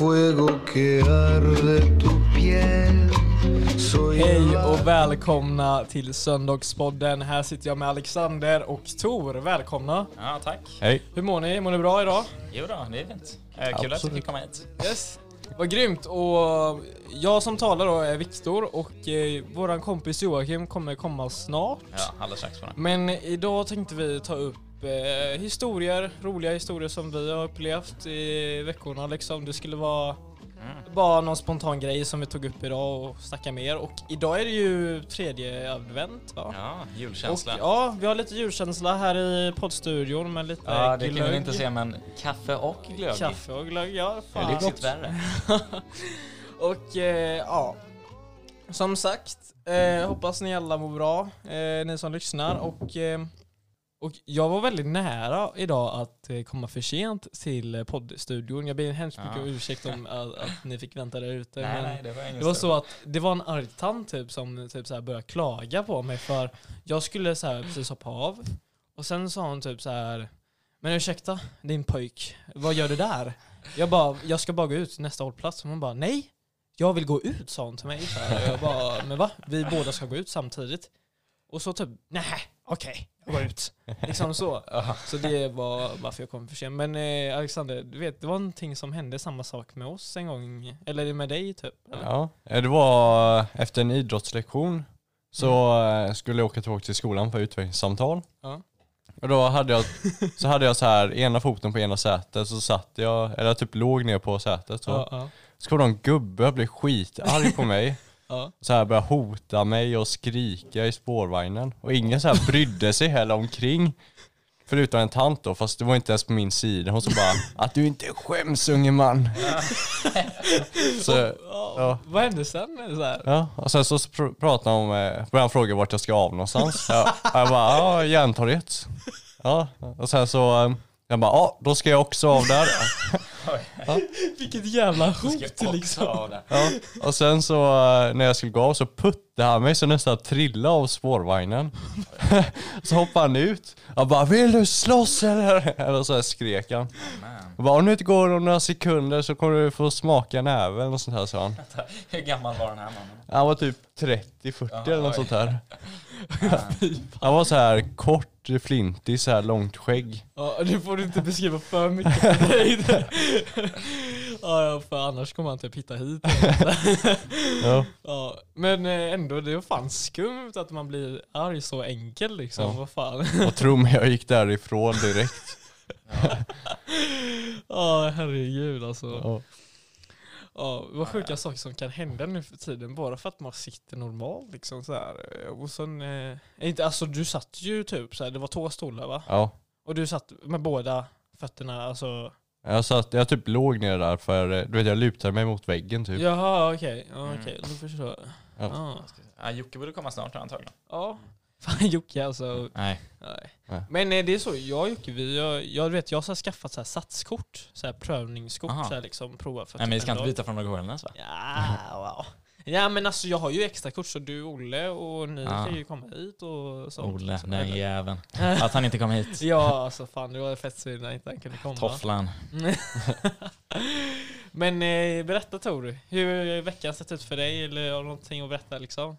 fuego que arde tu piel. Hej och välkomna till Söndagspodden. Här sitter jag med Alexander och Tor. Välkomna. Ja, tack. Hej. Hur mår ni? Mår ni bra idag? Jo då, det är fint. Kul att du fick komma hit. Yes. Vad grymt. Och jag som talar då är Viktor och våran kompis Joakim kommer komma snart. Ja, alldeles strax på den. Men idag tänkte vi ta upp roliga historier som vi har upplevt i veckorna liksom. Det skulle vara bara någon spontan grej som vi tog upp idag och snacka mer. Och idag är det ju tredje advent, va? Ja, julkänsla. Och, ja, vi har lite julkänsla här i poddstudion med lite ja, det glögg. kan vi inte se, men kaffe och glögg. Kaffe och glögg, ja. Ja, det är gott värre. Och ja, som sagt, hoppas ni alla mår bra, ni som lyssnar. Och jag var väldigt nära idag att komma för sent till poddstudion. Jag ber hemskt mycket ursäkt om att ni fick vänta där ute. Nej, det var det var så att det var en arg tant typ, som typ så här började klaga på mig för jag skulle så här precis hoppa av. Och sen sa hon typ så här: men ursäkta, din pojk, vad gör du där? Jag ska bara gå ut nästa hållplats. Och hon bara, nej, jag vill gå ut, sa hon till mig. Så här. Jag bara, men va? Vi båda ska gå ut samtidigt. Och så typ, nej, okej, jag går ut. Liksom så. Så det var varför jag kom för sent. Men Alexander, du vet, det var någonting som hände, samma sak med oss en gång. Eller med dig typ. Eller? Ja, det var efter en idrottslektion så skulle jag åka tillbaka till skolan för utvecklingssamtal. Ja. Och då hade jag så här ena foten på ena sätet, så satt jag, eller typ låg ner på sätet så. Ja. Så kom en gubbe och blev skitarg på mig. Ja. Så här började hota mig och skrika i spårvagnen. Och ingen så här brydde sig heller omkring. Förutom en tant då, fast det var inte ens på min sida. Hon så bara, att du inte skäms, unge man. Så, ja. Vad hände sen? Så här? Ja, och sen så pratade han om, började han fråga vart jag ska av någonstans. Jag bara, ja, Järntorget. Ja, och sen så, jag bara, ja, då ska jag också av där. Ja. Vilket jävla hot liksom. Ja, och sen så när jag skulle gå av så puttade han mig så nästan trillade av spårvagnen. Så hoppade han ut. Jag bara, vill du slåss eller? Eller så här skrek han. Jag bara, om du inte går om några sekunder så kommer du få smaka näven och sånt här, sa han. Hur gammal var den här mannen? Han var typ 30-40 eller något sånt här. Han var så här kort, flintig, så här långt skägg. Ja, det får du inte beskriva för mycket för dig. Ja, för annars kommer han typ hitta hit. Ja. Ja, men ändå, det är fan skumt att man blir arg så enkel liksom. Ja. Vad fan. Och tro mig, jag gick därifrån direkt. Ja, herregud alltså. Ja. Ja, vad sjuka saker som kan hända nu för tiden bara för att man sitter normalt liksom så här. Och sen inte, alltså du satt ju typ så här, det var 2 stolar, va? Ja. Och du satt med båda fötterna, alltså. Jag typ låg ner där för du vet, jag lutade mig mot väggen typ. Jaha, okej. Ja, okej, då förstår jag. Ja. Ja, Jocke borde komma snart antagligen. Ja. Fan, Jocke alltså. Nej. Men det är så, jag och Jocke, jag har så här skaffat så här satskort, så här prövningskort. Aha. Så här liksom prova för. Nej, men vi ska inte byta från några år ens, va? Ja, wow. Ja, men alltså jag har ju extra kort, så du, Olle och ni kan ju komma hit och sånt. Olle, så, nej jäveln. Att han inte kom hit. Ja, alltså fan, det var fett synd när inte han kunde komma. Tofflan. Men berätta, Tor, hur har veckan sett ut för dig? Eller har du någonting att berätta liksom?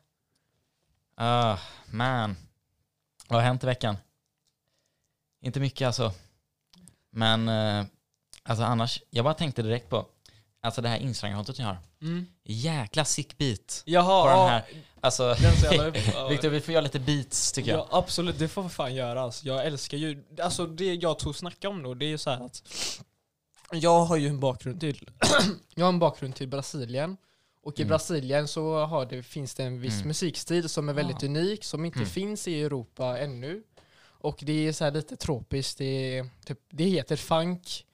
Man. Vad har hänt i veckan? Inte mycket alltså. Men alltså annars, jag bara tänkte direkt på alltså det här Instagram-kontot ni har. Jäkla sick beat. Jaha, på den här. Alltså, ja. Victor, vi får göra lite beats tycker jag. Ja, absolut, det får vi fan göra. Alltså, jag älskar ju, alltså det jag tog snacka om då, det är ju så här att jag har ju en bakgrund till jag har en bakgrund till Brasilien. Och i Brasilien så finns det en viss musikstil som är väldigt unik, som inte finns i Europa ännu. Och det är så här lite tropiskt. Det heter funk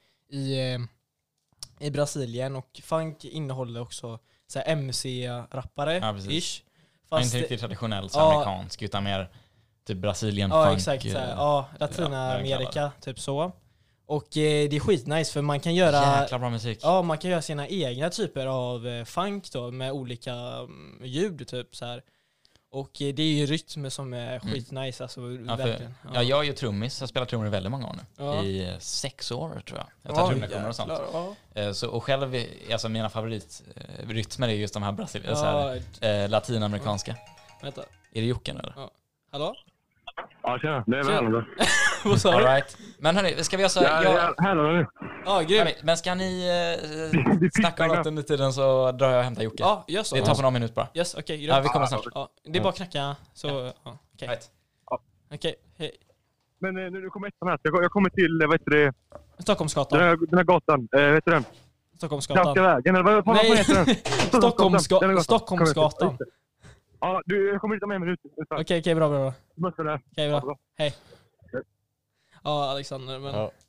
i Brasilien, och funk innehåller också så här MC-rappare. Ja, precis. Ish. Fast inte riktigt traditionellt så amerikansk, utan mer typ Brasilien funk. Ja, exakt. Så här, Latinamerika, typ så. Och det är skitnice för man kan göra jäkla bra musik. Ja, man kan göra sina egna typer av funk då med olika ljud typ så här. Och det är ju rytm som är skitnice, alltså verkligen. Ja, jag är ju trummis. Jag spelar trummor i väldigt många år nu. Ja. I 6 år tror jag. Jag tar trumlektioner och sånt. Så, och själv, alltså mina favoritrytmer är just de här latinamerikanska. Vänta. Är det Jocke eller? Ja. Hallå? Ja, tjena. Det är väl Hallå. Vad sa All du? right. Men hörni, ska vi göra så här? Ja, Hallå nu. Ja, grymt. Men ska ni snacka om något under tiden så drar jag och hämtar Jocke. Ja, gör så. Det tar på någon minut bara. Yes, okej. Ja, vi Grymt. kommer snart. Ja, det är bara att knacka. Så, ja, okej. Right. Okej, hej. Men nu kommer ettan här. Jag kommer till, vad heter det? Stockholmsgatan. Den här gatan. Vad heter den? Stockholmsgatan. Danska vägen, eller vad Nej. heter den? Stockholmsgatan. Ja, jag kommer hit om en minut. Okej, bra. Okej, Okej, bra. Hej. Ja, Alexander, men... Ja.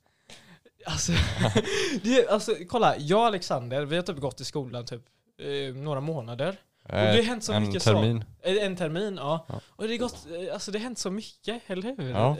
Alltså, kolla, jag och Alexander, vi har typ gått i skolan typ några månader. Och det har hänt så en mycket termin. En termin, ja. Och det har gått, alltså det har hänt så mycket, eller hur? Ja.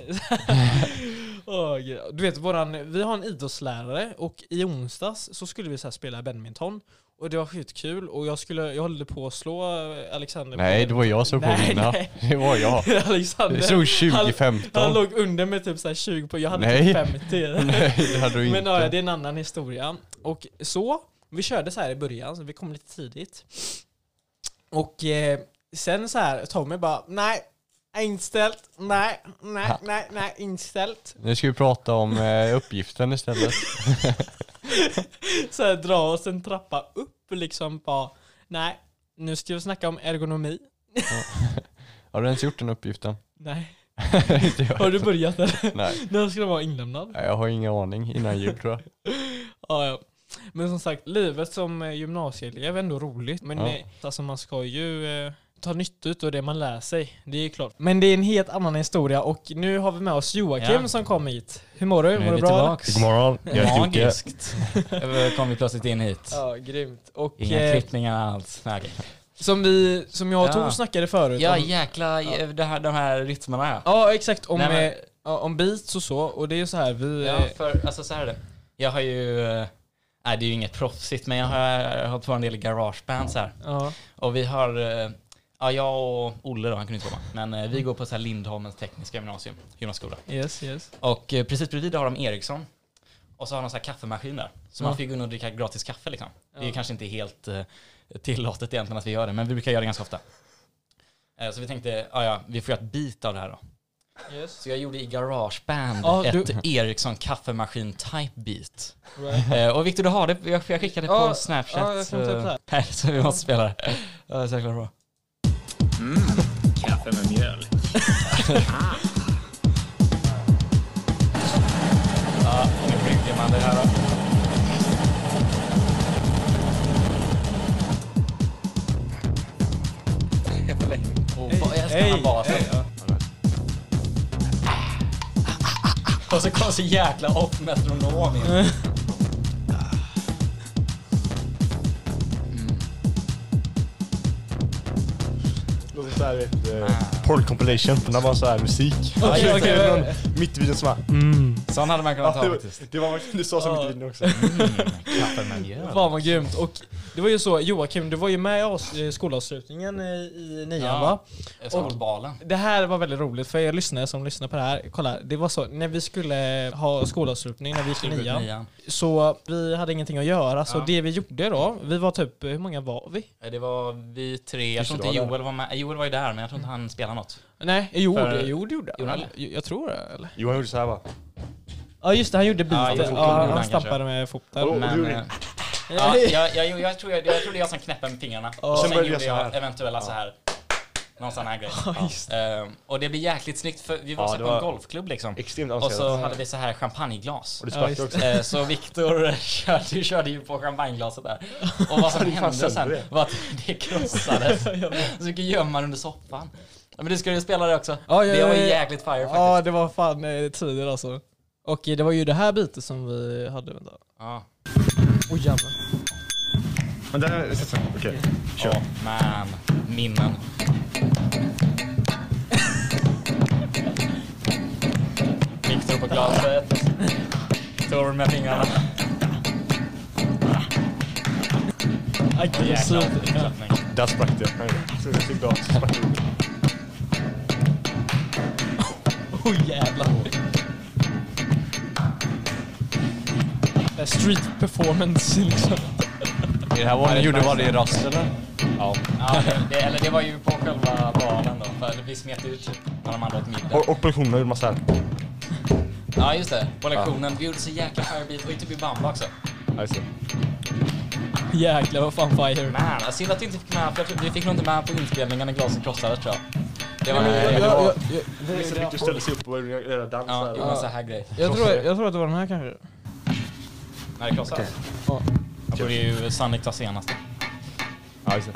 Du vet, vi har en idrottslärare och i onsdags så skulle vi så här spela badminton. Och det var skitkul och jag höll på att slå Alexander. Nej, det var jag som på vinna. Det var jag. Alexander. Det stod 2015. Han låg under med typ så här 20 på. Jag hade Nej. typ 50. Nej, det hade du inte. Men ja, det är en annan historia. Och så, vi körde så här i början, så vi kom lite tidigt. Och sen så här, Tommy bara, nej, inställt, nej, inställt. Nu ska vi prata om uppgiften istället. Så här, dra oss en trappa upp liksom på, nej, nu ska vi snacka om ergonomi. Har du ens gjort den uppgiften? Nej. Inte jag. Har du börjat där? Nej. När ska det vara inlämnad? Nej, jag har ingen aning innan jul tror jag. Ja. Men som sagt, livet som gymnasieelev är ändå roligt. Men alltså man ska ju ta nytta av det man lär sig. Det är klart. Men det är en helt annan historia. Och nu har vi med oss Joakim som kom hit. Hur mår du? Mår du bra? Tillbaks. God morgon. Magiskt. kom vi plötsligt in hit. Ja, grymt. Och Inga klippningar alls. Nej. Som jag och Tor snackade förut. Ja, jäkla de här rytmerna. Ja, ja exakt. Om beats och så. Och det är så här, för alltså så här är det. Jag har ju... Nej, det är ju inget proffsigt, men jag har hållit på en del garageband så här. Ja. Och vi har... jag och Olle då, han kunde inte komma. Men vi går på så här Lindholmens tekniska gymnasskola. Yes. Och precis bredvid har de Ericsson. Och så har de så här kaffemashiner där. Så man fick gå in och dricka gratis kaffe liksom. Det är ju kanske inte helt tillåtet egentligen att vi gör det, men vi brukar göra det ganska ofta. Så vi tänkte, vi får göra ett bit av det här då. Yes. Så jag gjorde i garageband ett Ericsson kaffemaskin type beat. Right. Och Victor, du har det? Jag skickade på Snapchat. Ja, jag kan typ så här. Nej, så vi måste spela det. Ja, det är säkert bra. Kaffe med mjöl. Ja, nu brygger man det här då. Jag älskar den här basen. Och så kom så jäkla off-metronom in. Låter så här ett porn compilation, för när man så här musik. Okej. Mitt i videon så bara Sån hade man kunnat ta faktiskt. det var du sa så mitt i videon också. Kaffe med mjöl. Fan vad grymt. Och det var ju så, Joakim, du var ju med oss i skolavslutningen i 9:an va? Skolbalen. Det här var väldigt roligt för er lyssnare som lyssnar på det här. Kolla, det var så, när vi skulle ha skolavslutning när vi gick i 9:an. Så vi hade ingenting att göra, så det vi gjorde då, vi var typ, hur många var vi? Det var vi tre, jag tror inte Joel var med. Joel var ju där, men jag tror inte han spelade något. Nej, det gjorde han. han. Jag tror det, eller? Jo, han gjorde så här va. Ja just det, han gjorde biten. Han stampade med foten. Men jag tror det är jag som knäpper med fingrarna. Och sen gjorde jag eventuella så här någon sån här grej. Och det blir jäkligt snyggt för vi var så på en golfklubb liksom. Extremt och så hade vi så här champagneglas. Och det sprack också. Så Victor körde ju på champagneglaset där. Och vad som hände sen var att det krossades. Så fick gömma under soffan. Men du ska ju spela det också. Det var jäkligt fire faktiskt. Ja, det var fan tider alltså. Och det var ju det här bitet som vi hade. Ja. Jävlar. Men det här är så okej. Kör. Man, minnen. Victor på glaset. Tor med fingrarna. Aggressivt. Där sprack det. Så det är glas. Jävlar. Street performance liksom. Är det här vad ni gjorde varje rast eller? Ja. Ja, det var ju på själva baren då. För vi smet ut när de hade åt middag. Och på lektionen gjorde man så här. Ja, just det. På lektionen. Vi gjorde så jäkla firebeat. Och typ i bamba också. Ja, just det. Jäklar vad fan fire. Man, synd att du inte fick med. För vi fick nog inte med på inspelningen när glaset krossades, tror jag. Det var Så fick du ställa sig upp och göra dans. ja, där. en sån här grej. Jag tror att det var den här kanske. När det krossades. Ja. Jag tror det är ju Sonic var senaste. Ja, just det.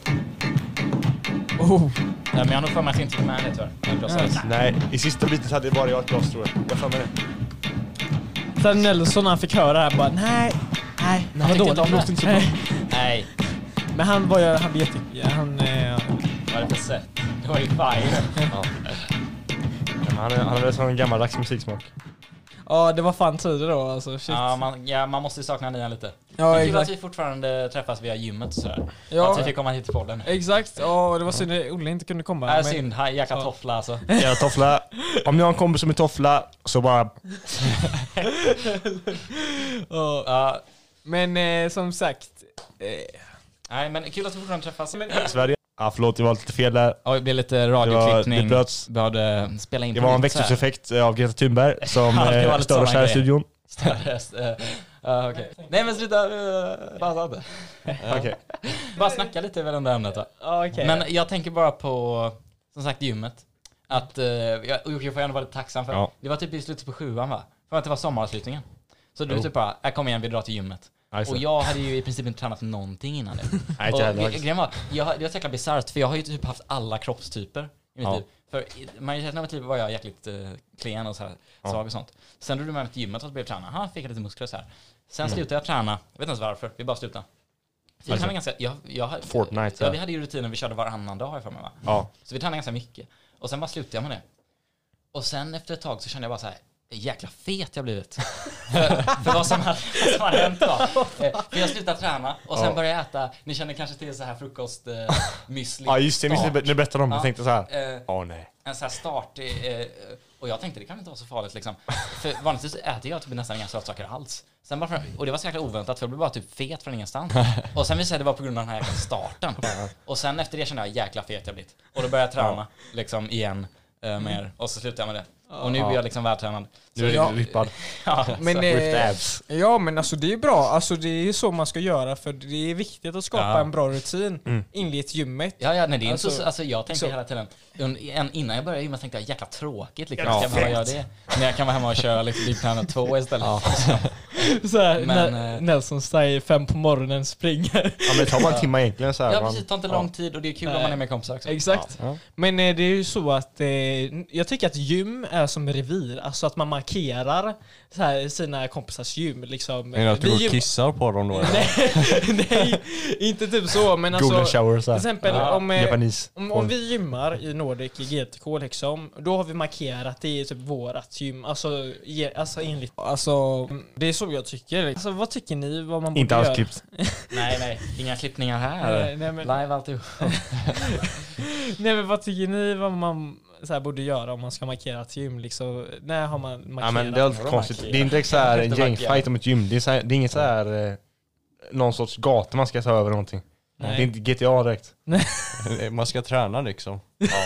Oh. Men jag har nog för mig att jag inte fick med det, tyvärr. När det krossades. Nej, i sista biten hade det bara jag ett glas, tror jag. Jag får med det. Sen Nelson han fick höra det här bara nej. Jag tyckte inte om det. inte så bra. Nej. Men han var jätte... Han... Vad är det för sätt? Det var ju fire. Ja. Men han är väl sån gammaldags musiksmak. Ja, det var fan tider då alltså. Shit. Ja, man måste ju sakna nian lite. Ja, Men kul exakt. att vi fortfarande träffas via gymmet och sådär. Ja. Att vi fick komma hit till podden. Exakt. Ja, det var synd att Olle inte kunde komma. Nej, synd. Jäkla toffla alltså. Jävla toffla. Om ni har en kompis som är toffla, så bara... Ja. Men som sagt... Nej, men kul att vi fortfarande träffas. Sverige. Ja, förlåt, det var lite fel där. Ja, det blev lite Det radioklippning. bröts. Vi hade spela in Det på var en nytt så här. växthuseffekt av Greta Thunberg som Ja, det var lite störde oss såna här i grejer. studion. Okej. Nej, men sluta. Fan inte. Okej. Bara snacka lite över det ämnet då. Ja, okej. Men jag tänker bara på, som sagt, gymmet. Att jag får ändå vara lite tacksam för. Ja. Det var typ i slutet på 7:an, va? För att det var sommaravslutningen. Så du Jo. typ bara, kom igen, vi drar till gymmet. Nice. Och jag hade ju i princip inte tränat någonting innan det. Nej, Och inte heller. grejen var, det var så jäkla bisarrt, för jag har ju typ haft alla kroppstyper i mitt Ja. liv. För i majoriteten av mitt liv var jag jäkligt klen och så här, svag och sånt. Sen drog du med mig till gymmet och blev tränare. Han fick lite muskler så här. Sen slutade jag träna, jag vet inte ens varför, vi bara slutade. Vi tränade ganska, Fortnite. vi hade ju rutinen, vi körde varannan dag för mig, va? Ja. Så vi tränade ganska mycket. Och sen bara slutade jag med det. Och sen efter ett tag så kände jag bara så här, jäkla fet jag blivit. för vad som hade hänt var. För jag slutade träna och sen började jag äta, ni känner kanske till så här frukost müsli. Ja, just det. Jag minns det berättade om. Jag tänkte så här. Nej. En så här start och jag tänkte det kan inte vara så farligt liksom. För vanligtvis äter jag typ nästan inga sötsaker alls. Sen bara och det var så jäkla oväntat för jag blev bara typ fet från ingenstans. Och sen visade det var på grund av den här jäkla starten. Och sen efter det kände jag jäkla fet jag blivit. Och då började jag träna liksom igen mer. Och så slutade jag med det. Och nu är jag liksom vältränad. Du är rippad. Ja, Men, Ripped abs. ja, men alltså det är bra. Alltså det är så man ska göra, för det är viktigt att skapa en bra rutin enligt gymmet. Ja, nej, det är inte så, Alltså, alltså jag tänkte så- hela tiden, innan jag började gymma tänkte jag jäkla tråkigt liksom. Ja, Ska jag bara göra det? Men jag kan vara hemma och köra lite Big Planet 2 istället. Så här, Men, Nelson säger 5 på morgonen springer. Ja, men det tar bara en timme egentligen så här. Ja, Man- precis, det tar inte lång tid och det är kul om man är med kompisar också. Exakt. Ja. Men det är ju så att jag tycker att gym är som revir. Alltså att man markerar så här, sina kompisars gym. Liksom. Är det att du Vi går och gym- kissar på dem då? Nej, inte typ så. Men Golden alltså, shower så till här. exempel Ja, om, Japanis. om vi gymmar i Nordic i GTK liksom, då har vi markerat det är typ vårat gym. Alltså enligt... Alltså, det är så jag tycker. Alltså, vad tycker ni vad man borde Inte alls göra? klippt. Nej, inga klippningar här. Nej, men, Live alltihop. nej, men vad tycker ni vad man så här, borde göra om man ska markera ett gym? Liksom, när har man markerat? Ja, men det är alltid konstigt. Det är inte så här en gängfight om ett gym. Det är, så här, det är inget så här någon sorts gata man ska ta över någonting. Nej. Det är inte GTA direkt. Man ska träna liksom.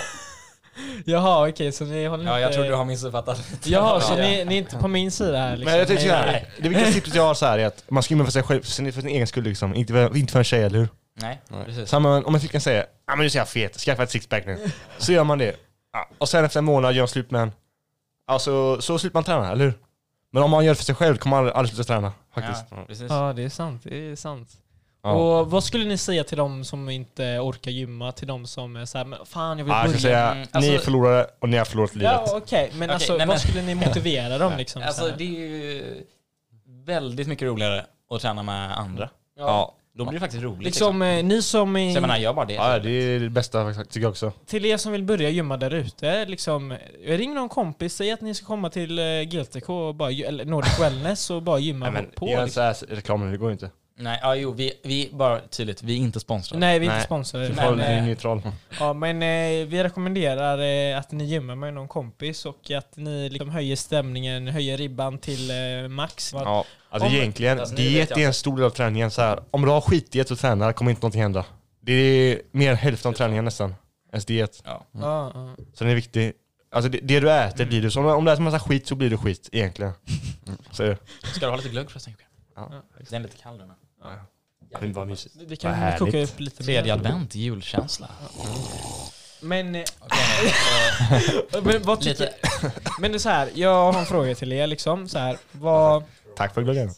Jaha, okej, så ni håller Ja, inte... jag tror du har missuppfattat lite. Jaha, så ni är inte på min sida här liksom. Men jag tycker så här, Nej. det viktigaste tipset jag har så här är att man ska gymma för sig själv, för sin egen skull liksom. Inte för en tjej, eller hur? Nej, precis. Samma om en flicka säger, ja men du är så här fet, skaffa ett sixpack nu. Så gör man det. Ja. Och sen efter en månad gör man slut med en. Alltså, så slutar man träna, eller hur? Men om man gör det för sig själv kommer man aldrig sluta träna, faktiskt. Ja, precis. Ja, det är sant. Det är sant. Ja. Och vad skulle ni säga till de som inte orkar gymma? Till de som är såhär, men fan jag vill Ja, jag börja. ska säga, alltså- ni är förlorare och ni har förlorat livet. Ja, okej. Men Okej, alltså, nej, men- vad skulle ni motivera dem liksom? Alltså så här? det är ju väldigt mycket roligare att träna med andra. Ja. Då blir det faktiskt roligt. Liksom, ni som Så jag menar, är, gör bara det. Ja, det är det bästa tycker jag också. till er som vill börja gymma där ute, liksom, ring någon kompis, säg att ni ska komma till GLTK och bara, eller Nordic Wellness och bara gymma Nej, men på. gör en Liksom. så här reklam, det går ju inte. Nej, vi bara tydligt, vi är inte sponsrade. Nej, vi är inte sponsrade. Det är neutral. Ja, men vi rekommenderar att ni gymmar med någon kompis och att ni liksom höjer stämningen, höjer ribban till max. Ja, alltså egentligen, alltså, nu diet vet jag är en stor del av träningen. Så här, om du har skitdiet och tränar kommer inte någonting hända. Det är mer hälften av träningen nästan, ens diet. Ja. Ja. Så den är viktig. Alltså det du äter blir du. Så om du äter massa skit så blir du skit egentligen. Så är det. Ska du ha lite glögg förresten, Jocke? Ja. Den är lite kall nu. Det är bara mysigt. Det Vad kan härligt. koka upp lite Tredje mer. advent, julkänsla. Men, Okej, men vad tycker... lite. Men det är så här, jag har en fråga till er liksom. Så här, Tack för glöggen.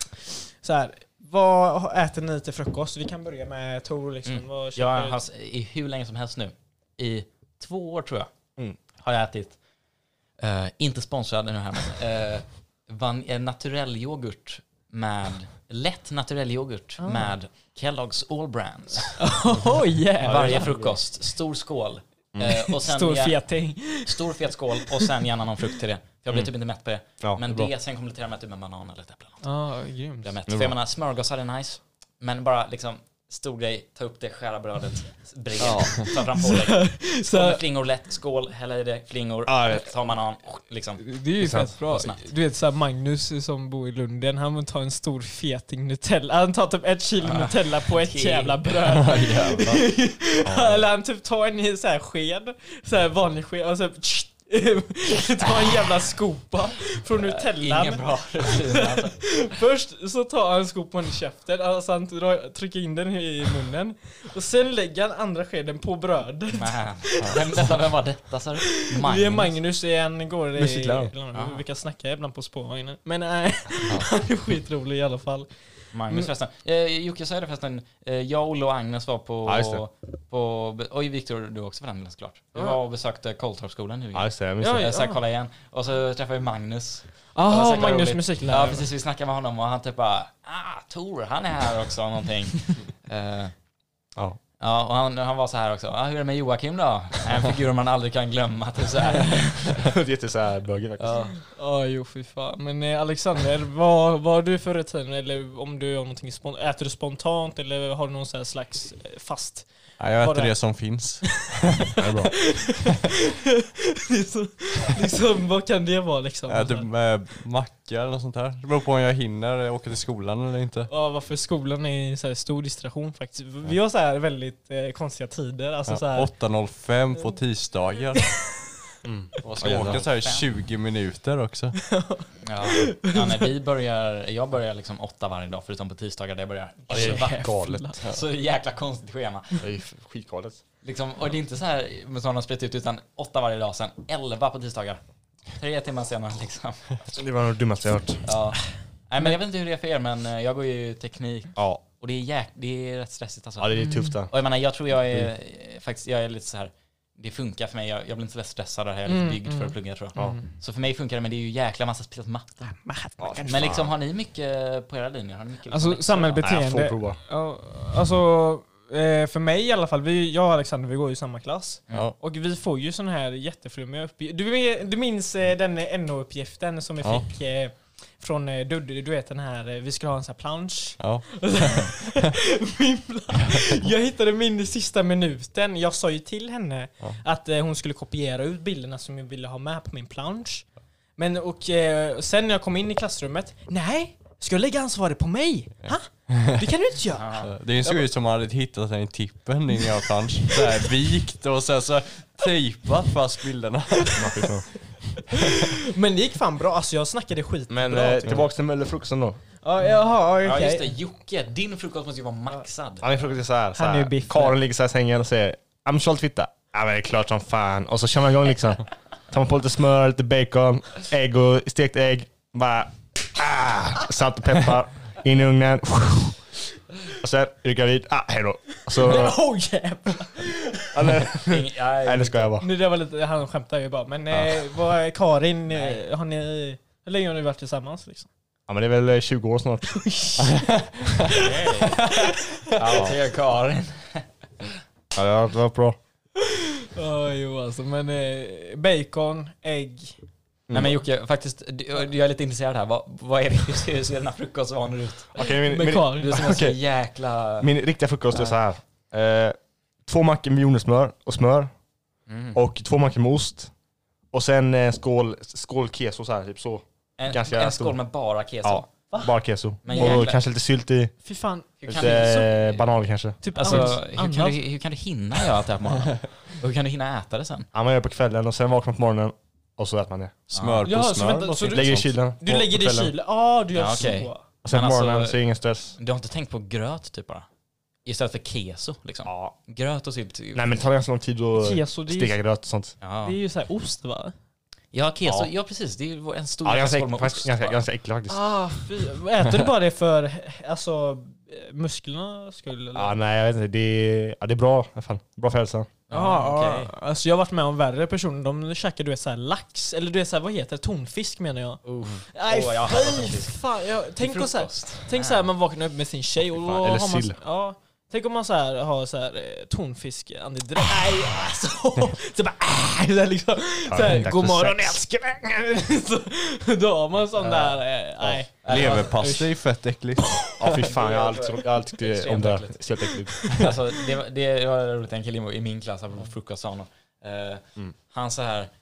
vad äter ni till frukost? Vi kan börja med Tor liksom. Vad Jag köper har i hur länge som helst nu, i 2 år tror jag, har jag ätit, inte sponsrad nu här, naturell yoghurt med, lätt naturell yoghurt med Kellogg's All Brands. Varje frukost, stor skål. Och sen Stor feting. Stor fet skål och sen gärna någon frukt till det. För jag blir typ inte mätt på det. Ja, Men det är det sen kompletterar med typ en banan eller ett äpple. Ja, grymt. Jag är mätt. För jag menar, smörgåsar är nice. Men bara liksom, stor grej, ta upp det, skära brödet, bred, ta fram pålägg. Skål med flingor lätt, skål, hälla i det, flingor, ta banan, liksom. Det är ju fett bra. snabbt. Du vet såhär Magnus som bor i Lunden, han tar en stor feting Nutella. Han tar typ 1 kilo Nutella på ett jävla bröd. Eller han typ tar en så här sked, så här vanlig sked, och så tar en jävla skopa från Nutellan. Ingen bra rutin alltså. Först så tar han skopan i käften, alltså han trycker in den i munnen. Och sen lägger han andra skeden på bröd. Vem var detta? Så Det är Magnus, han går i... Musikläraren. Vi kan snacka ibland på spårvagnen. Men nej, han är skitrolig i alla fall. Magnus förresten. Jocke sa det förresten. Jag, Olle och Agnes var och Victor, du också för den delen såklart. Vi var och besökte Koltorpsskolan nu. Ja, just det. Jag sa kolla igen. Och så träffade vi Magnus. Jaha, Magnus musiklärare. Ja, precis. Vi snackade med honom och han typ bara, Tor, han är här också, någonting. Ja. Ja, och han var så här också. Hur är det med Joakim då? En figur man aldrig kan glömma. Typ så här. Det är jätte så här bögig faktiskt. Ja, jo fy fan. Men Alexander, vad har du för rutin? Eller om du gör någonting äter du spontant eller har du någon så här slags fast? Ja, jag äter det som finns. Det är bra. liksom, vad kan det vara liksom? Jag äter med macka eller något sånt här. Det beror på om jag hinner åka till skolan eller inte. Ja, varför skolan är en så här stor distraktion faktiskt. Vi har så här väldigt konstiga tider. Alltså, så här. 8.05 på tisdagar. Och ska åka så här 20 minuter också. Ja, nej, jag börjar liksom 8 varje dag förutom på tisdagar där jag börjar. Det är galet. Så jäkla konstigt schema. Det är skitgalet. Liksom, och det är inte så här med sådana sprit ut utan 8 varje dag, sen 11 på tisdagar. 3 timmar senare liksom. Det var nog dummaste jag hört. Ja. Nej, men jag vet inte hur det är för er, men jag går ju teknik. Ja. Och det är rätt stressigt alltså. Ja, det är tufft där. Och jag menar, jag tror jag är faktiskt, jag är lite så här. Det funkar för mig, jag blir inte så lätt stressad där, jag är lite byggd för att plugga tror jag. Så för mig funkar det, men det är ju jäkla massa speciellt matte. Men liksom, har ni mycket på era linjer? Har ni mycket Alltså samhällsbeteende. Jag får prova. Ja, alltså för mig i alla fall, jag och Alexander, vi går i samma klass. Ja. Och vi får ju sån här jätteflummiga uppgifter. Du minns den NO-uppgiften som vi fick från du vet den här, vi skulle ha en sån här plansch. Ja. Jag hittade min i sista minuten. Jag sa ju till henne att hon skulle kopiera ut bilderna som jag ville ha med på min plansch. Men sen när jag kom in i klassrummet, nej, ska jag lägga ansvaret på mig? Ha? Det kan du inte göra. Det såg ut som man hade hittat den i tippen i en plansch. Så här vikt och så tejpat fast bilderna. Men det gick fan bra. Alltså jag snackade skit. Men tillbaka till Möllefrukosten då. Ja, okej. Ja just det, Jocke, din frukost måste ju vara maxad. Han är frukost så här. Han är ju biff. Karin ligger så här i sängen och säger I'm stolt fitta. Ja men det är klart som fan. Och så kör man igång liksom. Tar man på lite smör, lite bacon, ägg och stekt ägg. Bara salt och peppar. In i ugnen. Och sen är du gravid. Hejdå. Så jävlar. nej, det ska jag vara. Nu det var lite, han skämtar ju bara. Men vad är Karin, har ni, hur länge har ni varit tillsammans liksom? Ja men det är väl 20 år snart. Ja, Karin. Ja, det var bra. Jo alltså, men bacon, ägg, Nej men Jocke, faktiskt, jag är lite intresserad här. Vad är det? Hur ser den här frukostvanor ut? Okej, Men Carl, Du som är så jäkla... min riktiga frukost är så här. 2 mackor med jordnötssmör och smör. Och 2 mackor med ost. Och sen skål keso så här, typ så. En skål med bara keso. Ja, bara keso. Men och jäklar. kanske lite sylt i. Fy fan. Lite banan kanske. Typ Alltså, annat. hur kan du hinna göra allt det här på morgonen? Och hur kan du hinna äta det sen? Ja, man gör det på kvällen och sen vaknar på morgonen och så äter man det. Smör på Ja, så smör. vänta, så du- Lägger i kylen. Du på lägger det i kvällen. kylen. Ja, du gör Ja, okej. så. Och sen Men på alltså- morgonen så är det ingen stress. Du har inte tänkt på gröt typ bara? Istället för keso liksom? Ja. Gröt och sylt. Nej, men det tar ganska lång tid att Keso, det är ju, steka gröt och sånt. Ja, det är ju så här ost va? ja keso. Ja. Ja, precis. Det är ju en stor Ja, skål med ost. ganska äckligt faktiskt. Fy. Äter du bara det för alltså musklerna skull eller? Ja, nej, jag vet inte. Det är bra i alla fall. Bra för hälsan. Ja, okej. alltså jag har varit med om värre personer. De käkar du vet så här lax eller du vet så här, vad heter det? Tonfisk menar jag. Nej, jag hatar fy tonfisk. fan. Tänk Till så här, frukost. tänk så här man vaknar upp med sin tjej och då Eller har man sill. ja. Tänk om man så här har så här tonfisk andedräkt. Nej, alltså. Så bara så här liksom så här, dags god för morgon sex. älskling. Så då har man sån där nej. Leverpasta är fett äckligt. Ja, fy fan. Jag har alltid tyckt om Extremt det. äckligt. Helt äckligt. Alltså, det var roligt, en kille i min klass på frukost sa honom. Han så här,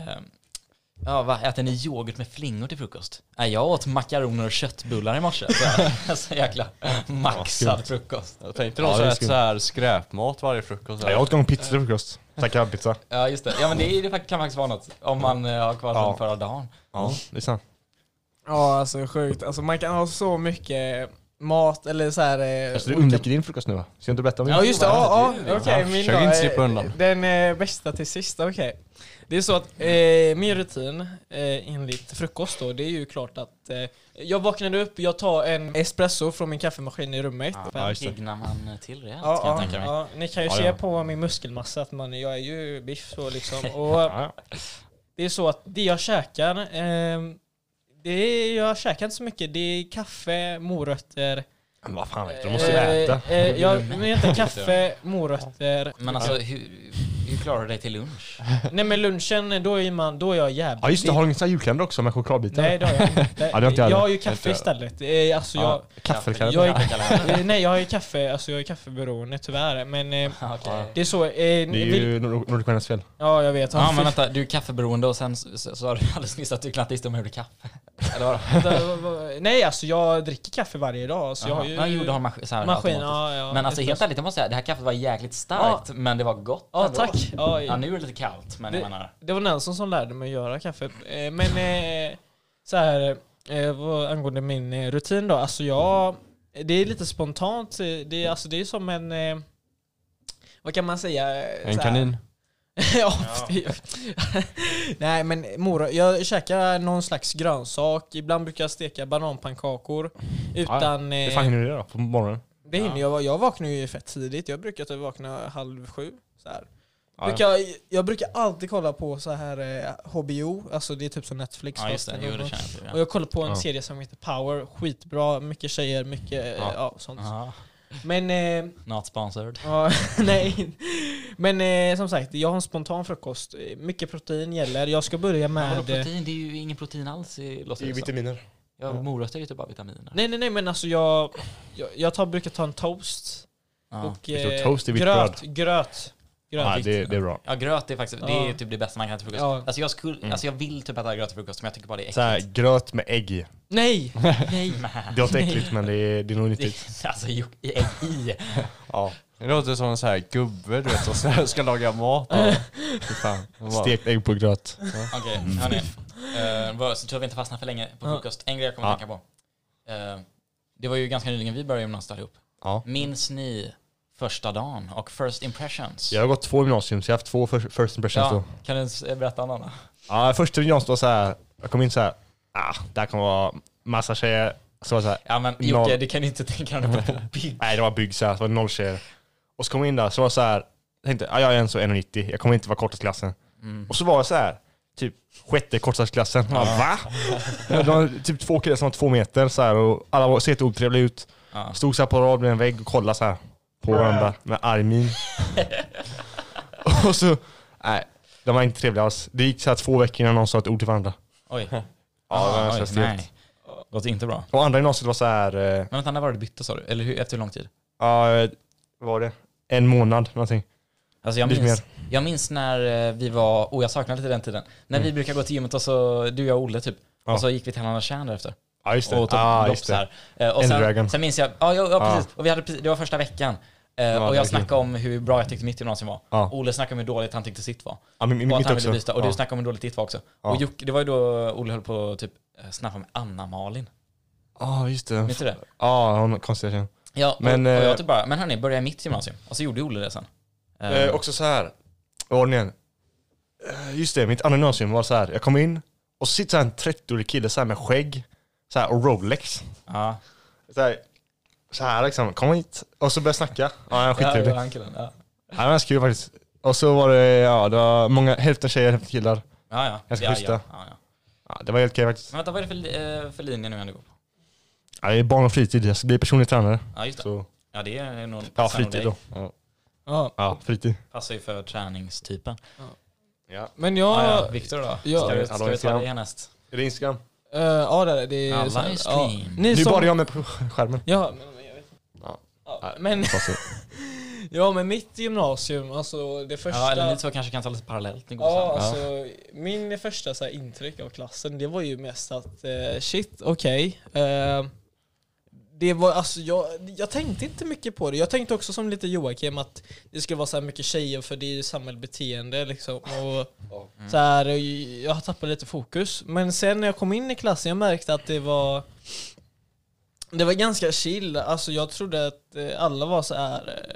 ja, vad äter ni yoghurt med flingor till frukost? Nej, jag åt makaroner och köttbullar i morse. Så jäkla maxad frukost. Jag tänkte Ja, de det är så skumt. så här skräpmat varje frukost. Ja, jag åt gång pizza till frukost. Kebabpizza. Ja, just det. Ja, men det kan faktiskt vara något om man har kvar från förra dagen. Ja, det är sant. Ja, alltså sjukt. Alltså man kan ha så mycket mat eller så här Alltså, du undviker din frukost nu va? Ska jag inte berätta om Ja just det, ja, okej. Ja, Min försök dag inte är- slippa undan. Den bästa till sist, okej. Det är så att min rutin enligt frukost då, det är ju klart att jag vaknade upp, jag tar en espresso från min kaffemaskin i rummet. Ja, just det. Pignar man till rejält Ja, kan jag ja, tänka mig. ja, ni kan ju Ja, se ja. på min muskelmassa att jag är ju biff så liksom. Och Ja, det är så att det jag käkar, jag käkar inte så mycket. Det är kaffe, morötter. men vad fan vet du? Du måste ju äta. Jag men inte kaffe, morötter. Men alltså, hur klarar du dig till lunch? Nej men lunchen, då är jag jävligt. Ja just det, har du ingen sån här julkalender också med chokladbitar? Nej det har jag inte. Ja, det har inte jag Jag har heller. ju kaffe istället. Alltså Ja, kaffelkalender. jag är, nej jag har ju kaffe, alltså jag är kaffeberoende tyvärr. Men Okej. det är så. Det är ju Nordikonernas fel. Ja jag vet. Ja men vänta, du är kaffeberoende och sen så sa du alldeles nyss att du knappt visste om hur du gjorde kaffe. Eller vadå? Nej alltså jag dricker kaffe varje dag. Så jag har ju Ja, jo, du har maskin, så här, maskin. automatiskt. Ja, Men alltså helt ärligt, jag måste säga, det här kaffet var jäkligt starkt, men det var gott. Ja ändå. tack. Ja, Ja, nu är det lite kallt, men jag menar... Det var Nelson som lärde mig att göra kaffe. Men så här angående min rutin då. Alltså det är lite spontant. Det är som en vad kan man säga? En Så här- kanin. ja. Nej men jag käkar någon slags grönsak. Ibland brukar jag steka bananpannkakor. Utan Hur fan hinner du det då? På morgonen? det hinner jag vaknar ju fett tidigt. Jag brukar typ vakna 6:30 så här. Ja, Jag brukar alltid kolla på så här HBO, alltså det är typ som Netflix. Ja, just det. fast- Jo, det känner jag till. Och Ja. jag kollar på en Ja. serie som heter Power, skitbra, mycket tjejer, mycket sånt. Aha. Men Not sponsored. ja, nej. Men som sagt, jag har en spontan frukost. Mycket protein gäller. Jag ska börja Men vadå med protein? Det är ju ingen protein alls i det är ju vitaminer. Ja, morötter är ju typ bara vitaminer. Nej men alltså jag brukar ta en toast Ja. och Det står toast i vitt bröd. gröt. Ja, det är bra. Ja, gröt är faktiskt, det är typ det bästa man kan till frukost. Ja. Alltså jag vill typ äta gröt till frukost, men jag tycker bara det är Så här, äckligt. gröt med ägg i. Nej. Nej. Det låter äckligt men det är nog nyttigt. Alltså ägg i. Ja, Det låter som en så här gubbe du vet, och så här ska laga mat. fy fan. Stekt ägg på gröt. Okej, hörni. Så tror jag vi inte fastnar för länge på frukost. En grej jag kommer att tänka på. Det var ju ganska nyligen vi började gymnasiet allihop. Ja. Minns ni första dagen och first impressions? Jag har gått 2 gymnasium så jag har haft 2 first impressions då. Kan du berätta om dem? Ja, första gymnasiet var så här. Jag kom in så här. Där kommer vara massa tjejer. Så var det så här. Ja men Jocke, det kan du inte tänka dig på bygg. Nej, det var bygg så här. Så var det 0 tjejer. Och så kom jag in där så var det så här. Jag tänkte, jag är en så 1,90. Jag kommer inte vara kortast klassen. Och så var det så här. Typ 6:e kortast klassen. Ja. Va? Det var typ 2 killar som var 2 meter så här. Och alla ser otrevliga ut. Ja. Stod så här på rad med en vägg och kollade så här på varandra med arg min. Och så, nej, de var inte trevliga alls. Det gick så här 2 veckor innan någon sa ett ord till varandra. Oj. Ja, det var oj, så nej. Gått inte bra. Och andra gymnasiet var så här... Men vänta, när var det bytte sa du? Eller efter hur lång tid? Ja, vad var det? 1 månad, någonting. Alltså jag minns när vi var... jag saknade lite den tiden. När vi brukar gå till gymmet och så... Du, jag och Olle typ. Ja. Och så gick vi till Hanna Tjärn därefter. Ja, just det. Och tog lopp så här. Och sen minns jag... Ja, precis. Och vi hade precis, det var första veckan. Och jag snackade om hur bra jag tyckte mitt gymnasium var. Ja. Olle snackade om hur dåligt han tyckte sitt var. Ja, mitt också. Byta, och du snackade om hur dåligt ditt var också. Ja. Och det var ju då Olle höll på att typ snacka med Anna-Malin. Ja, just det. Minns du det? Ja, hon konstiga tjejen. Ja, men, och jag typ bara, men hörni, började mitt gymnasium. Och så gjorde Olle det sen. Också så här. Ordningen. Just det, mitt andra gymnasium var så här. Jag kom in och så sitter så här en 30-årig kille så här med skägg. Så här, och Rolex. Ja. Så här liksom, kom hit. Och så började jag snacka. Ja, jag skittrevlig. Ja, han killen. Ja. Ja, det var kul faktiskt. Och så var det, det var många, hälften tjejer, hälften killar. Ja. Ganska schyssta. Ja. Ja, det var helt okej faktiskt. Men vänta, vad är det för linje nu jag går på? Ja, det är barn och fritid. Jag ska bli personlig tränare. Ja, just det. Så. Ja, det är nog... Ja, fritid då. Ja, fritid. Passar ju för träningstypen. Ja. Men Viktor då? Ja. Ska vi ta det härnäst? Är det Instagram? Ja, det är... Ja, så här, livestream. Ni Nu som- bara jag med på skärmen. Ja, men jag vet inte. Ja. Men, Passar. ja, men mitt gymnasium, alltså det första... Ja, eller ni två kanske kan ta lite parallellt. Ni går Ja, samman. alltså min första så här, intryck av klassen, det var ju mest att shit, okej. Det var, alltså jag tänkte inte mycket på det. Jag tänkte också som lite Joakim att det skulle vara så här mycket tjejer för det är ju samhällsbeteende liksom. Och så här, jag har tappat lite fokus. Men sen när jag kom in i klassen jag märkte att det var ganska chill. Alltså jag trodde att alla var så här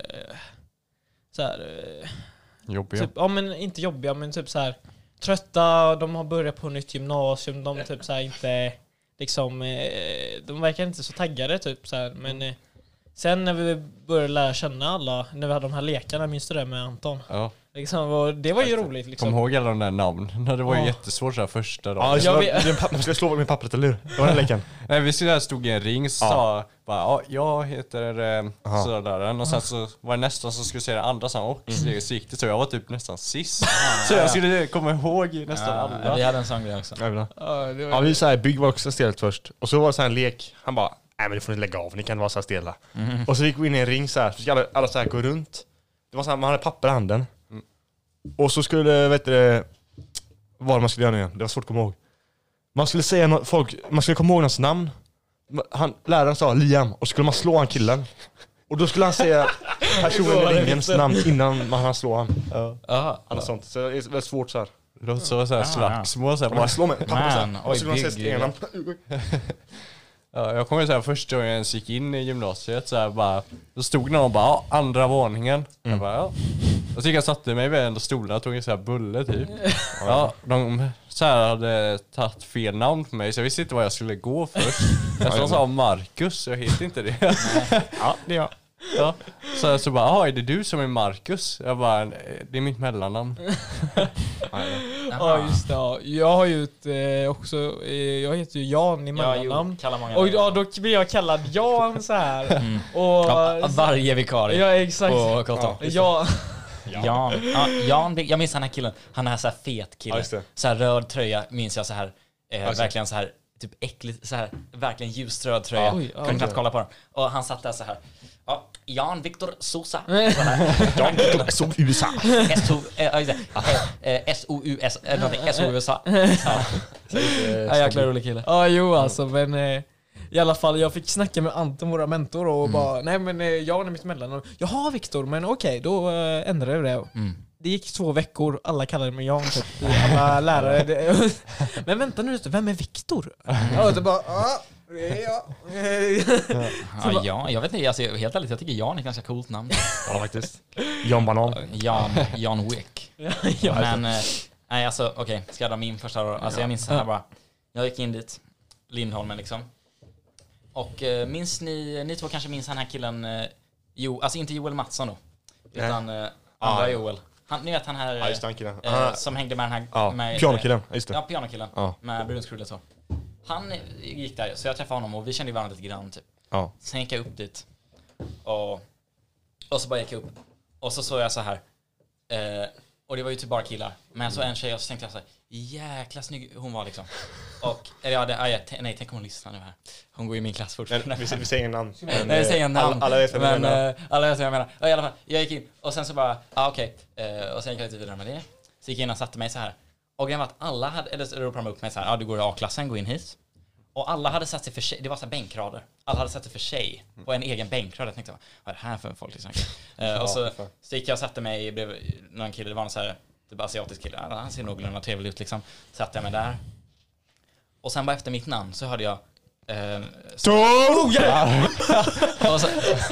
Jobbiga. typ, ja men inte jobbiga men typ så här trötta, de har börjat på nytt gymnasium, de typ så här inte liksom de verkar inte så taggade typ så här, men sen när vi började lära känna alla, när vi hade de här lekarna, minns du det med Anton? Ja. Liksom, och det var ju roligt liksom. Kom ihåg alla de där namnen. Det var ju jättesvårt så här första dagen. Ja, Jag man skulle slå med pappret, eller hur? Det var den leken. Nej, vi stod i en ring så sa bara, jag heter sådär. Och sen så var det nästan som skulle säga det andra samma och så gick det så. Jag var typ nästan sist. Så jag skulle komma ihåg nästan alla. Vi hade en sån grej också. Ja, vi så här, Bygg var också stelt först. Och så var det så här en lek. Han bara, nej men det får ni lägga av, ni kan vara så här stela. Och så gick vi in i en ring så här, så ska alla så här gå runt. Det var så här, man hade papper i handen. Och så skulle, vad man skulle göra nu igen. Det var svårt att komma ihåg. Man skulle säga man skulle komma ihåg hans namn. Läraren sa Liam, och så skulle man slå han killen. Och då skulle han säga personen i ringens namn innan man hann slå han. Annat sånt. Så det är väldigt svårt så här. Det låter så här slagsmål så här. Man slår med papper så här. Man, Och så skulle man säga stenen. Ja, jag kommer ihåg första gången jag gick in i gymnasiet så här bara, då stod någon och bara, andra våningen. Jag bara, ja. Och så gick jag satte mig vid en av stolarna och tog en så här bulle typ. Ja, de så här hade tagit fel namn på mig så jag visste inte vad jag skulle gå först. Jag sa Marcus, jag heter inte det. Ja, det är jag. Ja. Så bara, är det du som är Marcus? Jag bara, det är mitt mellannamn. Ja just det, ja. Jag har ju också, jag heter ju Jan i mellannamn. Och ja, då blir jag kallad Jan så här. Och varje vikarie. Ja exakt. På Kotta. Ja. Jan, jag minns den här killen. Han är så här fet kille. Så här röd tröja minns jag så här. Verkligen så här typ äckligt så här verkligen ljusröd tröja. Kunde knappt kolla på den. Och han satt där så här. Ja, Jan Victor Sosa. Jan Victor S-O-U-S-A. S-O-U-S-A. Ja, jäkla rolig kille. Ja, jo alltså, men i alla fall, jag fick snacka med Anton, våra mentor, och bara, nej men Jan är mitt mellan. Jaha Victor, men okej, då ändrar jag det. Det gick 2 veckor, alla kallade mig Jan typ, alla lärare. Men vänta nu, vem är Victor? Ja, det bara, Ja, jag vet inte, alltså, helt ärligt, jag tycker Jan är ett ganska coolt namn. Ja, faktiskt. Jan Banan. Jan Wick. Men, nej alltså, okej, ska jag dra min första då? Alltså jag minns så här bara. Jag gick in dit, Lindholmen liksom. Och minns ni två kanske minns den här killen, alltså inte Joel Mattsson då, utan andra Joel. Ni vet han här som hängde med den här... Pianokillen, just det. Ja, pianokillen. Med brunskrullet så. Han gick där, så jag träffade honom och vi kände varandra lite grann typ. Sen gick jag upp dit. Och så bara gick jag upp. Och så såg jag så här. Och det var ju typ bara killar. Men jag såg en tjej och så tänkte jag så här, jäkla snygg hon var liksom. Och, nej, tänk om hon lyssnar nu här. Hon går i min klass fortfarande. Vi säger ingen namn. Nej, vi säger ingen namn. Alla vet vad jag menar. Alla vet vad jag menar. Ja, i alla fall, jag gick in och sen så bara, okej. Och sen gick jag lite vidare med det. Så gick jag in och satte mig så här. Och grejen var att alla hade, eller så ropade de upp mig så här, du går i A-klassen, gå in hit. Och alla hade satt sig för sig, det var så här bänkrader. Alla hade satt sig för sig på en egen bänkrad. Jag tänkte, vad är det här för folk liksom? Och så gick jag och satte mig bredvid någon kille, det var en så här typ asiatisk kille. Han ser någorlunda trevlig ut liksom. Satte jag mig där. Och sen bara efter mitt namn så hörde jag och så,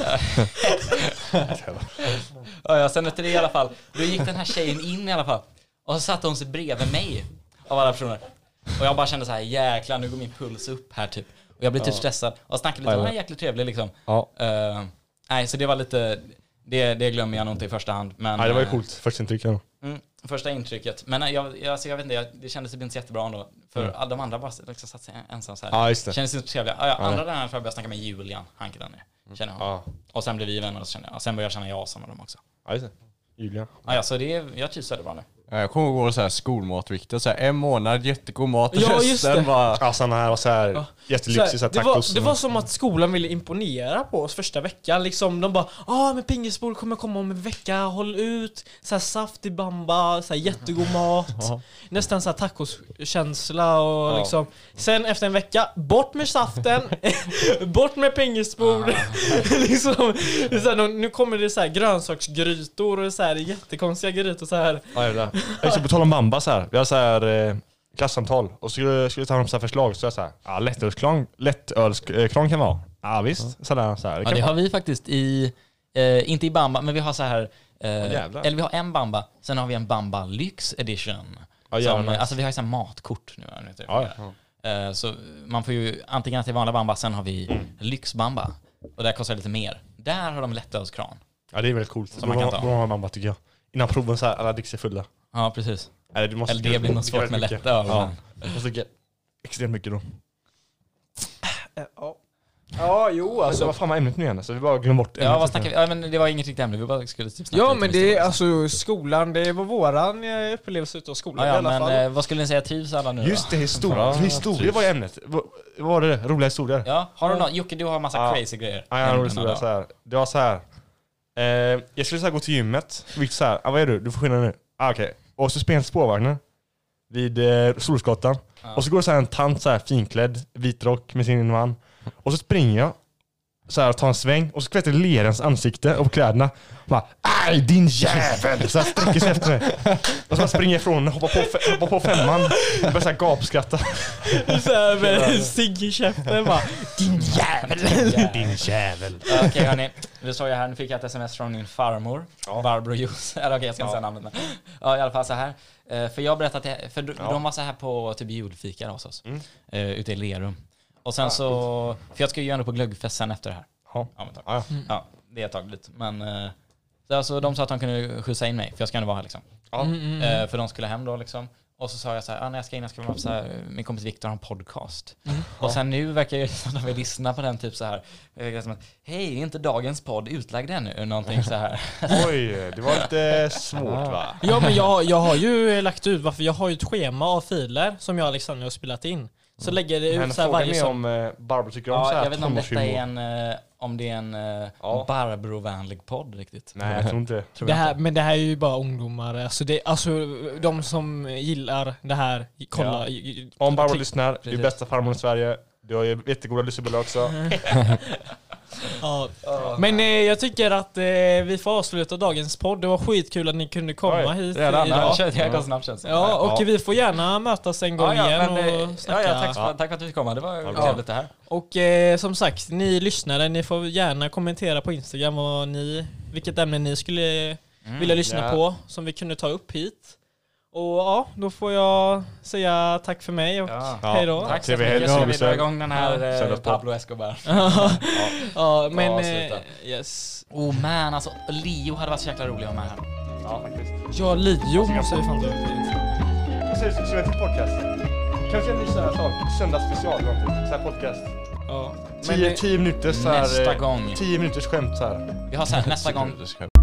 sen efter det i alla fall, då gick den här tjejen in i alla fall. Och så satte hon sig bredvid mig av alla personer. Och jag bara kände så här, jäklar, nu går min puls upp här typ. Och jag blev typ stressad. Och snackade lite, men jäkligt trevlig liksom. Nej, så det var lite, det glömmer jag nog inte i första hand. Men, nej, det var ju coolt, första intrycket. Första intrycket. Men jag vet inte, det kändes inte jättebra ändå. För alla de andra bara liksom satt sig ensam så här. Ja, just det. Kändes inte trevliga. Andra där jag började snacka med Julian, Hanke där nere. Känner jag. Och sen blev vi vänner och så kände jag. Och sen började jag känna Jason och dem också. Ja, just det. Julian. Så jag trivs väldigt bra nu. Jag kommer ihåg så här skolmatvikter, så här en månad jättegod mat och Ja, just det. bara... Ja, sådana här var så här jättelyxigt, så här tacos. Det var som att skolan ville imponera på oss första veckan. Liksom, de bara, men pingisbord kommer komma om en vecka, håll ut. Så här saftig bamba, så här jättegod mat. Nästan så här tacoskänsla och liksom. Sen efter en vecka, bort med saften, bort med pingisbord. Liksom, så här, nu kommer det så här grönsaksgrytor och så här jättekonstiga grytor så här. Jag ska betala om bamba så här. Vi har så här klassamtal och skulle ta fram så här förslag, så jag så här, lättölskran kan vara. Ja, visst. Så här. Det har vi faktiskt i inte i bamba, men vi har så här eller vi har en bamba, sen har vi en bamba lyx edition. Alltså vi har ju så här matkort nu så man får ju antingen till vanliga bamba, sen har vi lyxbamba och det kostar lite mer. Där har de lättölskran. Ja, det är väldigt coolt. Så man kan ta. Bra bamba tycker jag. Innan proven så här, alla dricker fulla. Ja, precis. Eller det blir något svårt med lättöl. Ja, jag tycker extremt mycket då. Ja, jo alltså. Vad fan var ämnet nu igen? Så vi bara glömde bort ämnet. Ja, vad snackar vi? Ja, men det var inget riktigt ämne. Vi bara skulle typ snacka. Ja, men det är alltså skolan, det var våran upplevelse utav skolan i alla fall. Men vad skulle ni säga, trivs alla nu? Just det, historia var ju ämnet. Vad var det? Roliga historier. Ja, har du något? Jocke, du har massa crazy grejer. Ja, jag har en rolig historia så här. Det var så här. Jag skulle så här gå till gymmet. Vilket så här, vad är du? Du får skynda nu. Okej. Och så springer spårvagnen vid Solsgatan. Och så går det så här en tant så här finklädd, vitrock med sin man. Och så springer jag så här och tar en sväng och så skvätter lerens ansikte och på kläderna. Bara, aj din jävel! Så här sträcker sig efter mig. Och så springer jag ifrån och hoppar på femman. Och börjar så här gapskratta. Så här med cigg i käften bara, din jävel! Din jävel. Okej, hörni. Nu såg jag här, nu fick jag ett sms från min farmor. Barbro Ljus. Okej, jag ska inte säga namnet. Men. Ja, i alla fall så här. För jag berättade att för de var så här på typ julfika hos oss. Ute i Lerum. Och sen så, för jag ska ju göra det på glöggfest sen efter det här. Ja, det är ett tag dit. Men så alltså, de sa att de kunde skjutsa in mig, för jag ska ändå vara här liksom. För de skulle hem då liksom. Och så sa jag så här, när jag ska in, jag ska vara så här, min kompis Viktor har en podcast. Och sen nu verkar det som att de vill lyssna på den typ så här. Som att, hej, är inte dagens podd utlagd ännu? Någonting så här. Oj, det var lite svårt va? Ja, men jag har ju lagt ut, varför jag har ju ett schema av filer som jag och Alexander har spelat in. Så lägger det ut så här varje som Barbro tycker om så här. Jag vet inte om detta är om det är en Barbro-vänlig podd riktigt. Nej, jag tror inte men det här är ju bara ungdomar. Alltså de som gillar det här, kolla. Om Barbro lyssnar, du är bästa farmor i Sverige. Du har ju jättegoda lyssnarbölar också. Men jag tycker att vi får avsluta dagens podd. Det var skitkul att ni kunde komma hit idag. Det går snabbt känns. Och vi får gärna mötas en gång igen och snacka. Tack för att du fick komma. Det var trevligt det här. Och som sagt, ni lyssnare, ni får gärna kommentera på Instagram vilket ämne ni skulle vilja lyssna på som vi kunde ta upp hit. Och då får jag säga tack för mig och hej då. Tack så mycket. Så vi drar igång den här Pablo Escobar. Men yes. Oh man, alltså Leo hade varit så jäkla rolig att vara med här. Ja, faktiskt. Ja, Leo så är fan det. Så vi till podcast. Kanske en ny sån här sak, söndagsspecial någonting. Så här podcast. Ja. 10 minuter så här. Nästa gång. 10 minuters skämt så här. Vi har så här nästa gång.